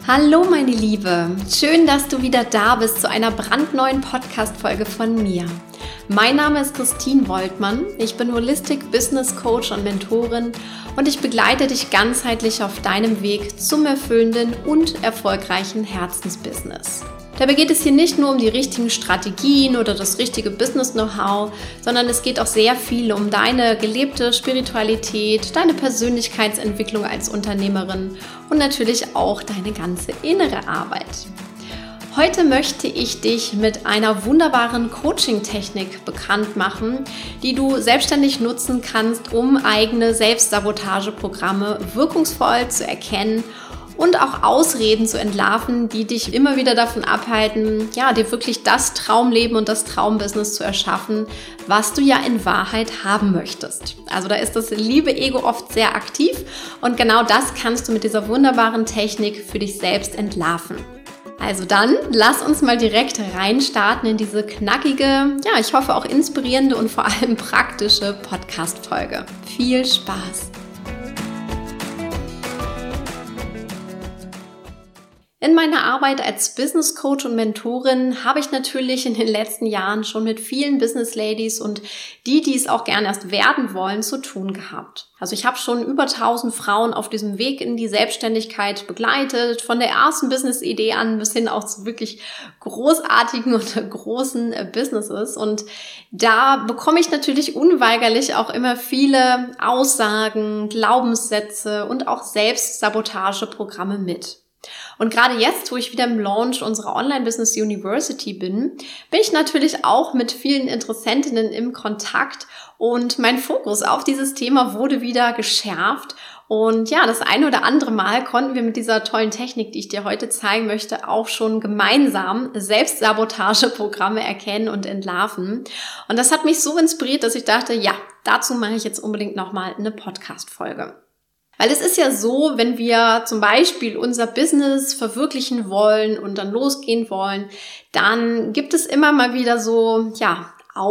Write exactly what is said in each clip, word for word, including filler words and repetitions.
Hallo meine Liebe, schön, dass du wieder da bist zu einer brandneuen Podcast-Folge von mir. Mein Name ist Christine Woltmann, ich bin Holistic Business Coach und Mentorin und ich begleite dich ganzheitlich auf deinem Weg zum erfüllenden und erfolgreichen Herzensbusiness. Dabei geht es hier nicht nur um die richtigen Strategien oder das richtige Business-Know-how, sondern es geht auch sehr viel um deine gelebte Spiritualität, deine Persönlichkeitsentwicklung als Unternehmerin und natürlich auch deine ganze innere Arbeit. Heute möchte ich dich mit einer wunderbaren Coaching-Technik bekannt machen, die du selbstständig nutzen kannst, um eigene Selbstsabotageprogramme wirkungsvoll zu erkennen und auch Ausreden zu entlarven, die dich immer wieder davon abhalten, ja, dir wirklich das Traumleben und das Traumbusiness zu erschaffen, was du ja in Wahrheit haben möchtest. Also da ist das liebe Ego oft sehr aktiv und genau das kannst du mit dieser wunderbaren Technik für dich selbst entlarven. Also dann, lass uns mal direkt reinstarten in diese knackige, ja, ich hoffe auch inspirierende und vor allem praktische Podcast-Folge. Viel Spaß! In meiner Arbeit als Business Coach und Mentorin habe ich natürlich in den letzten Jahren schon mit vielen Business Ladies und die, die es auch gerne erst werden wollen, zu tun gehabt. Also ich habe schon über tausend Frauen auf diesem Weg in die Selbstständigkeit begleitet, von der ersten Business-Idee an bis hin auch zu wirklich großartigen und großen Businesses. Und da bekomme ich natürlich unweigerlich auch immer viele Aussagen, Glaubenssätze und auch Selbstsabotageprogramme mit. Und gerade jetzt, wo ich wieder im Launch unserer Online-Business University bin, bin ich natürlich auch mit vielen Interessentinnen im Kontakt und mein Fokus auf dieses Thema wurde wieder geschärft. Und ja, das eine oder andere Mal konnten wir mit dieser tollen Technik, die ich dir heute zeigen möchte, auch schon gemeinsam Selbstsabotageprogramme erkennen und entlarven. Und das hat mich so inspiriert, dass ich dachte, ja, dazu mache ich jetzt unbedingt nochmal eine Podcast-Folge. Weil es ist ja so, wenn wir zum Beispiel unser Business verwirklichen wollen und dann losgehen wollen, dann gibt es immer mal wieder so, ja,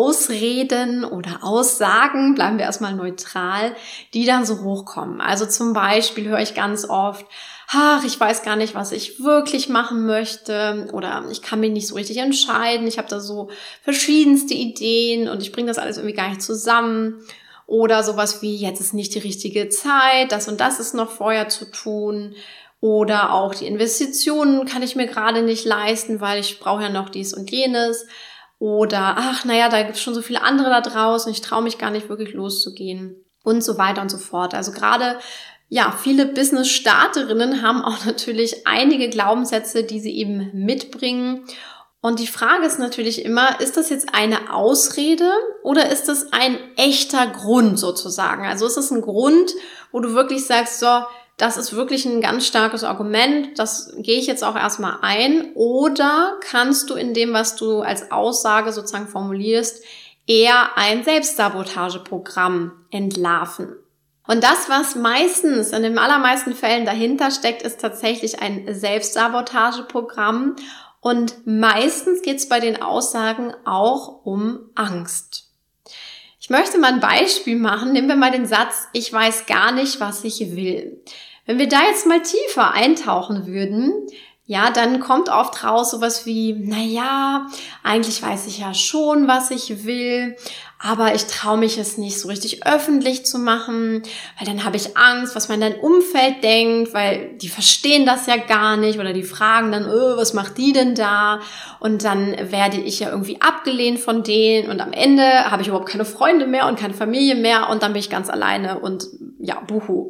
Ausreden oder Aussagen, bleiben wir erstmal neutral, die dann so hochkommen. Also zum Beispiel höre ich ganz oft, ach, ich weiß gar nicht, was ich wirklich machen möchte oder ich kann mich nicht so richtig entscheiden, ich habe da so verschiedenste Ideen und ich bringe das alles irgendwie gar nicht zusammen. Oder sowas wie, jetzt ist nicht die richtige Zeit, das und das ist noch vorher zu tun. Oder auch die Investitionen kann ich mir gerade nicht leisten, weil ich brauche ja noch dies und jenes. Oder, ach, naja, da gibt es schon so viele andere da draußen, ich traue mich gar nicht wirklich loszugehen. Und so weiter und so fort. Also gerade, ja, viele Business-Starterinnen haben auch natürlich einige Glaubenssätze, die sie eben mitbringen. Und die Frage ist natürlich immer, ist das jetzt eine Ausrede oder ist das ein echter Grund sozusagen? Also ist es ein Grund, wo du wirklich sagst, so, das ist wirklich ein ganz starkes Argument, das gehe ich jetzt auch erstmal ein. Oder kannst du in dem, was du als Aussage sozusagen formulierst, eher ein Selbstsabotageprogramm entlarven? Und das, was meistens, in den allermeisten Fällen dahinter steckt, ist tatsächlich ein Selbstsabotageprogramm. Und meistens geht es bei den Aussagen auch um Angst. Ich möchte mal ein Beispiel machen. Nehmen wir mal den Satz, ich weiß gar nicht, was ich will. Wenn wir da jetzt mal tiefer eintauchen würden, ja, dann kommt oft raus sowas wie, na ja, eigentlich weiß ich ja schon, was ich will, aber ich traue mich es nicht so richtig öffentlich zu machen, weil dann habe ich Angst, was mein dein Umfeld denkt, weil die verstehen das ja gar nicht oder die fragen dann, oh, was macht die denn da? Und dann werde ich ja irgendwie abgelehnt von denen und am Ende habe ich überhaupt keine Freunde mehr und keine Familie mehr und dann bin ich ganz alleine und ja, buhu.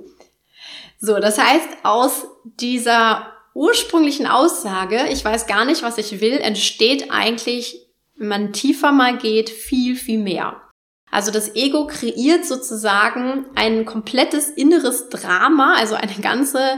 So, das heißt, aus dieser ursprünglichen Aussage, ich weiß gar nicht, was ich will, entsteht eigentlich, wenn man tiefer mal geht, viel, viel mehr. Also das Ego kreiert sozusagen ein komplettes inneres Drama, also eine ganze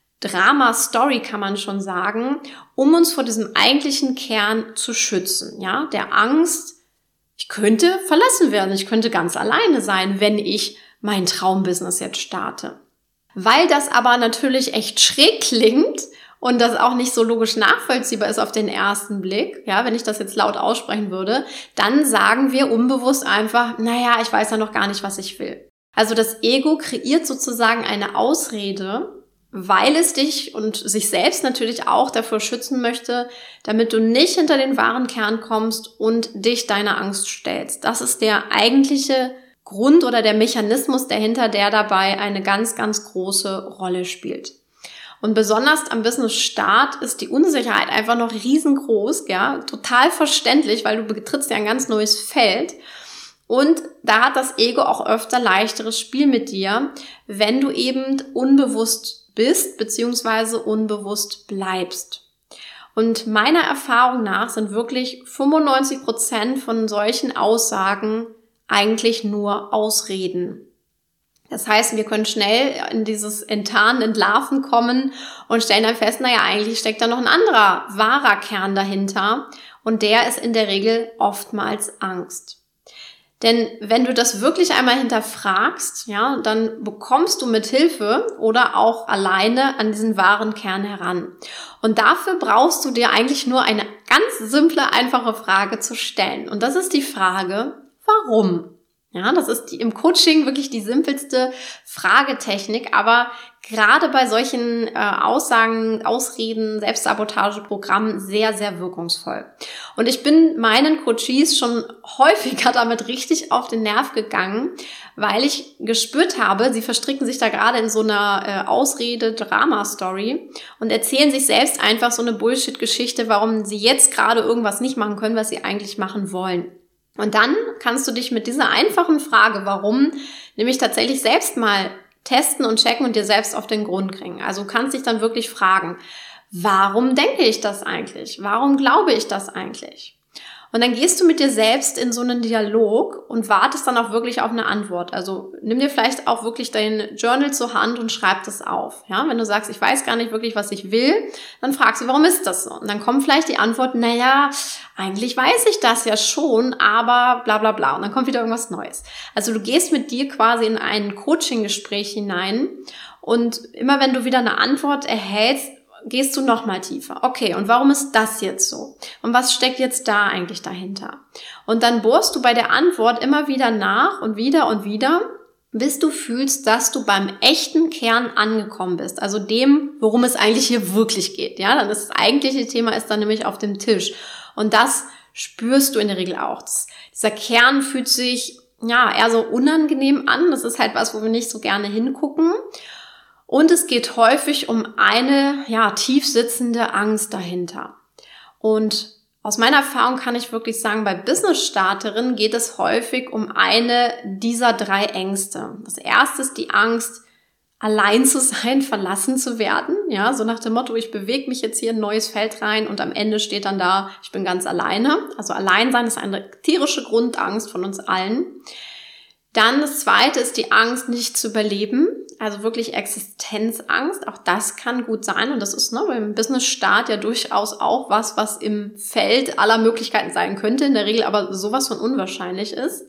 Drama-Story kann man schon sagen, um uns vor diesem eigentlichen Kern zu schützen, ja, der Angst, ich könnte verlassen werden, ich könnte ganz alleine sein, wenn ich mein Traumbusiness jetzt starte. Weil das aber natürlich echt schräg klingt und das auch nicht so logisch nachvollziehbar ist auf den ersten Blick, ja, wenn ich das jetzt laut aussprechen würde, dann sagen wir unbewusst einfach, naja, ich weiß ja noch gar nicht, was ich will. Also das Ego kreiert sozusagen eine Ausrede, weil es dich und sich selbst natürlich auch davor schützen möchte, damit du nicht hinter den wahren Kern kommst und dich deiner Angst stellst. Das ist der eigentliche Grund oder der Mechanismus dahinter, der dabei eine ganz, ganz große Rolle spielt. Und besonders am Business-Start ist die Unsicherheit einfach noch riesengroß, ja, total verständlich, weil du betrittst ja ein ganz neues Feld. Und da hat das Ego auch öfter leichteres Spiel mit dir, wenn du eben unbewusst bist bzw. unbewusst bleibst. Und meiner Erfahrung nach sind wirklich fünfundneunzig Prozent von solchen Aussagen eigentlich nur Ausreden. Das heißt, wir können schnell in dieses Enttarnen, Entlarven kommen und stellen dann fest, naja, eigentlich steckt da noch ein anderer, wahrer Kern dahinter und der ist in der Regel oftmals Angst. Denn wenn du das wirklich einmal hinterfragst, ja, dann bekommst du mit Hilfe oder auch alleine an diesen wahren Kern heran. Und dafür brauchst du dir eigentlich nur eine ganz simple, einfache Frage zu stellen. Und das ist die Frage, warum? Ja, das ist die, im Coaching wirklich die simpelste Fragetechnik, aber gerade bei solchen äh, Aussagen, Ausreden, Selbstsabotageprogrammen sehr, sehr wirkungsvoll. Und ich bin meinen Coaches schon häufiger damit richtig auf den Nerv gegangen, weil ich gespürt habe, sie verstricken sich da gerade in so einer äh, Ausrede-Drama-Story und erzählen sich selbst einfach so eine Bullshit-Geschichte, warum sie jetzt gerade irgendwas nicht machen können, was sie eigentlich machen wollen. Und dann kannst du dich mit dieser einfachen Frage, warum, nämlich tatsächlich selbst mal testen und checken und dir selbst auf den Grund kriegen. Also du kannst dich dann wirklich fragen, warum denke ich das eigentlich? Warum glaube ich das eigentlich? Und dann gehst du mit dir selbst in so einen Dialog und wartest dann auch wirklich auf eine Antwort. Also nimm dir vielleicht auch wirklich dein Journal zur Hand und schreib das auf. Ja, wenn du sagst, ich weiß gar nicht wirklich, was ich will, dann fragst du, warum ist das so? Und dann kommt vielleicht die Antwort, naja, eigentlich weiß ich das ja schon, aber bla bla bla. Und dann kommt wieder irgendwas Neues. Also du gehst mit dir quasi in ein Coaching-Gespräch hinein und immer wenn du wieder eine Antwort erhältst, gehst du noch mal tiefer. Okay, und warum ist das jetzt so? Und was steckt jetzt da eigentlich dahinter? Und dann bohrst du bei der Antwort immer wieder nach und wieder und wieder, bis du fühlst, dass du beim echten Kern angekommen bist. Also dem, worum es eigentlich hier wirklich geht. Ja, dann ist das eigentliche Thema ist dann nämlich auf dem Tisch. Und das spürst du in der Regel auch. Das, dieser Kern fühlt sich ja eher so unangenehm an. Das ist halt was, wo wir nicht so gerne hingucken. Und es geht häufig um eine, ja, tief sitzende Angst dahinter. Und aus meiner Erfahrung kann ich wirklich sagen, bei Business-Starterinnen geht es häufig um eine dieser drei Ängste. Das erste ist die Angst, allein zu sein, verlassen zu werden. Ja, so nach dem Motto, ich bewege mich jetzt hier in ein neues Feld rein und am Ende steht dann da, ich bin ganz alleine. Also Alleinsein ist eine tierische Grundangst von uns allen. Dann das zweite ist die Angst, nicht zu überleben, also wirklich Existenzangst. Auch das kann gut sein und das ist ne, beim Business-Start ja durchaus auch was, was im Feld aller Möglichkeiten sein könnte, in der Regel aber sowas von unwahrscheinlich ist.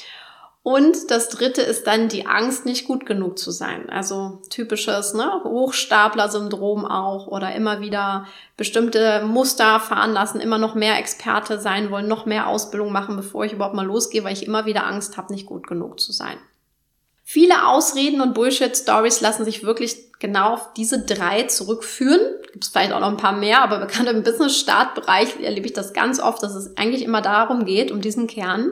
Und das dritte ist dann die Angst, nicht gut genug zu sein. Also typisches ne, Hochstapler-Syndrom auch oder immer wieder bestimmte Muster fahren lassen, immer noch mehr Experte sein wollen, noch mehr Ausbildung machen, bevor ich überhaupt mal losgehe, weil ich immer wieder Angst habe, nicht gut genug zu sein. Viele Ausreden und Bullshit-Stories lassen sich wirklich genau auf diese drei zurückführen. Gibt es vielleicht auch noch ein paar mehr, aber gerade im Business-Start-Bereich erlebe ich das ganz oft, dass es eigentlich immer darum geht, um diesen Kern.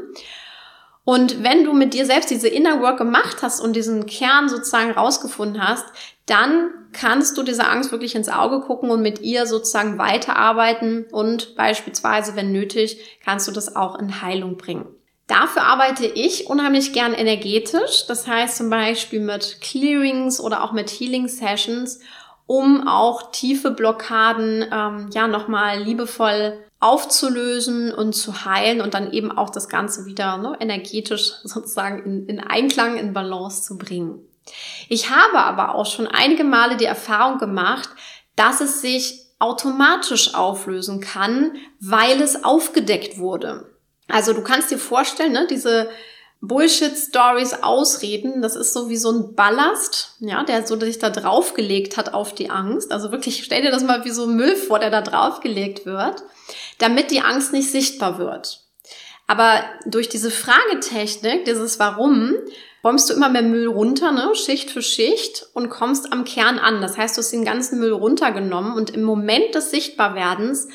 Und wenn du mit dir selbst diese Inner Work gemacht hast und diesen Kern sozusagen rausgefunden hast, dann kannst du dieser Angst wirklich ins Auge gucken und mit ihr sozusagen weiterarbeiten und beispielsweise, wenn nötig, kannst du das auch in Heilung bringen. Dafür arbeite ich unheimlich gern energetisch, das heißt zum Beispiel mit Clearings oder auch mit Healing Sessions, um auch tiefe Blockaden ähm, ja nochmal liebevoll aufzulösen und zu heilen und dann eben auch das Ganze wieder ne, energetisch sozusagen in, in Einklang, in Balance zu bringen. Ich habe aber auch schon einige Male die Erfahrung gemacht, dass es sich automatisch auflösen kann, weil es aufgedeckt wurde. Also du kannst dir vorstellen, ne, diese Bullshit-Stories, Ausreden, das ist so wie so ein Ballast, ja, der so sich da draufgelegt hat auf die Angst. Also wirklich, stell dir das mal wie so Müll vor, der da draufgelegt wird, damit die Angst nicht sichtbar wird. Aber durch diese Fragetechnik, dieses Warum, räumst du immer mehr Müll runter, ne? Schicht für Schicht und kommst am Kern an. Das heißt, du hast den ganzen Müll runtergenommen und im Moment des Sichtbarwerdens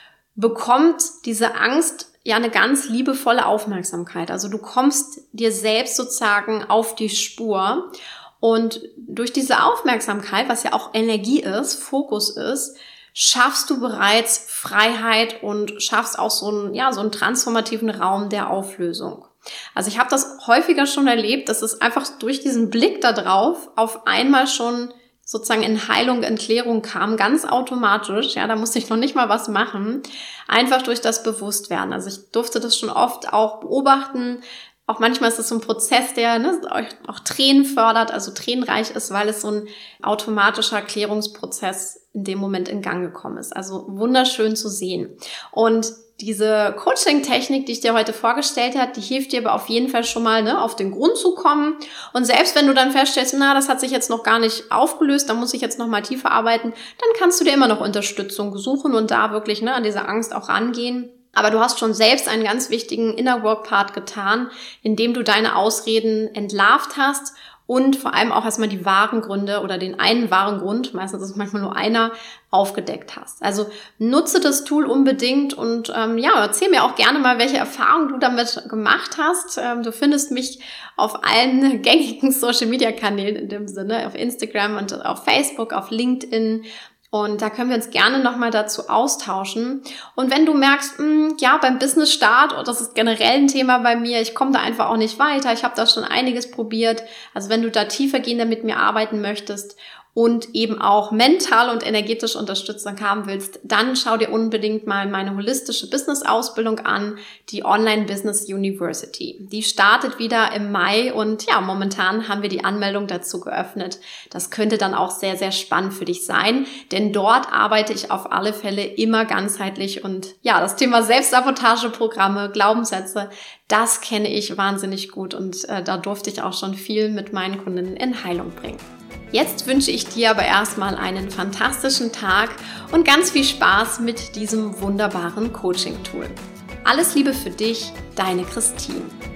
bekommt diese Angst ja eine ganz liebevolle Aufmerksamkeit. Also du kommst dir selbst sozusagen auf die Spur und durch diese Aufmerksamkeit, was ja auch Energie ist, Fokus ist, schaffst du bereits Freiheit und schaffst auch so einen, ja, so einen transformativen Raum der Auflösung. Also ich habe das häufiger schon erlebt, dass es einfach durch diesen Blick da drauf auf einmal schon sozusagen in Heilung, Entklärung kam, ganz automatisch. Ja, da musste ich noch nicht mal was machen, einfach durch das Bewusstwerden. Also ich durfte das schon oft auch beobachten. Auch manchmal ist es so ein Prozess, der ne, auch Tränen fördert, also tränenreich ist, weil es so ein automatischer Klärungsprozess in dem Moment in Gang gekommen ist. Also wunderschön zu sehen. Und diese Coaching-Technik, die ich dir heute vorgestellt habe, die hilft dir aber auf jeden Fall schon mal ne, auf den Grund zu kommen. Und selbst wenn du dann feststellst, na, das hat sich jetzt noch gar nicht aufgelöst, da muss ich jetzt noch mal tiefer arbeiten, dann kannst du dir immer noch Unterstützung suchen und da wirklich ne, an diese Angst auch rangehen. Aber du hast schon selbst einen ganz wichtigen Inner Work Part getan, indem du deine Ausreden entlarvt hast und vor allem auch erstmal die wahren Gründe oder den einen wahren Grund, meistens ist es manchmal nur einer, aufgedeckt hast. Also nutze das Tool unbedingt und ähm, ja, erzähl mir auch gerne mal, welche Erfahrungen du damit gemacht hast. Ähm, du findest mich auf allen gängigen Social-Media-Kanälen in dem Sinne, auf Instagram und auf Facebook, auf LinkedIn. Und da können wir uns gerne nochmal dazu austauschen. Und wenn du merkst, mh, ja, beim Business-Start, oh, das ist generell ein Thema bei mir, ich komme da einfach auch nicht weiter, ich habe da schon einiges probiert. Also wenn du da tiefergehender mit mir arbeiten möchtest und eben auch mental und energetisch Unterstützung haben willst, dann schau dir unbedingt mal meine holistische Business-Ausbildung an, die Online Business University. Die startet wieder im Mai und ja, momentan haben wir die Anmeldung dazu geöffnet. Das könnte dann auch sehr, sehr spannend für dich sein, denn dort arbeite ich auf alle Fälle immer ganzheitlich und ja, das Thema Selbstsabotageprogramme, Glaubenssätze, das kenne ich wahnsinnig gut und äh, da durfte ich auch schon viel mit meinen Kundinnen in Heilung bringen. Jetzt wünsche ich dir aber erstmal einen fantastischen Tag und ganz viel Spaß mit diesem wunderbaren Coaching-Tool. Alles Liebe für dich, deine Christine.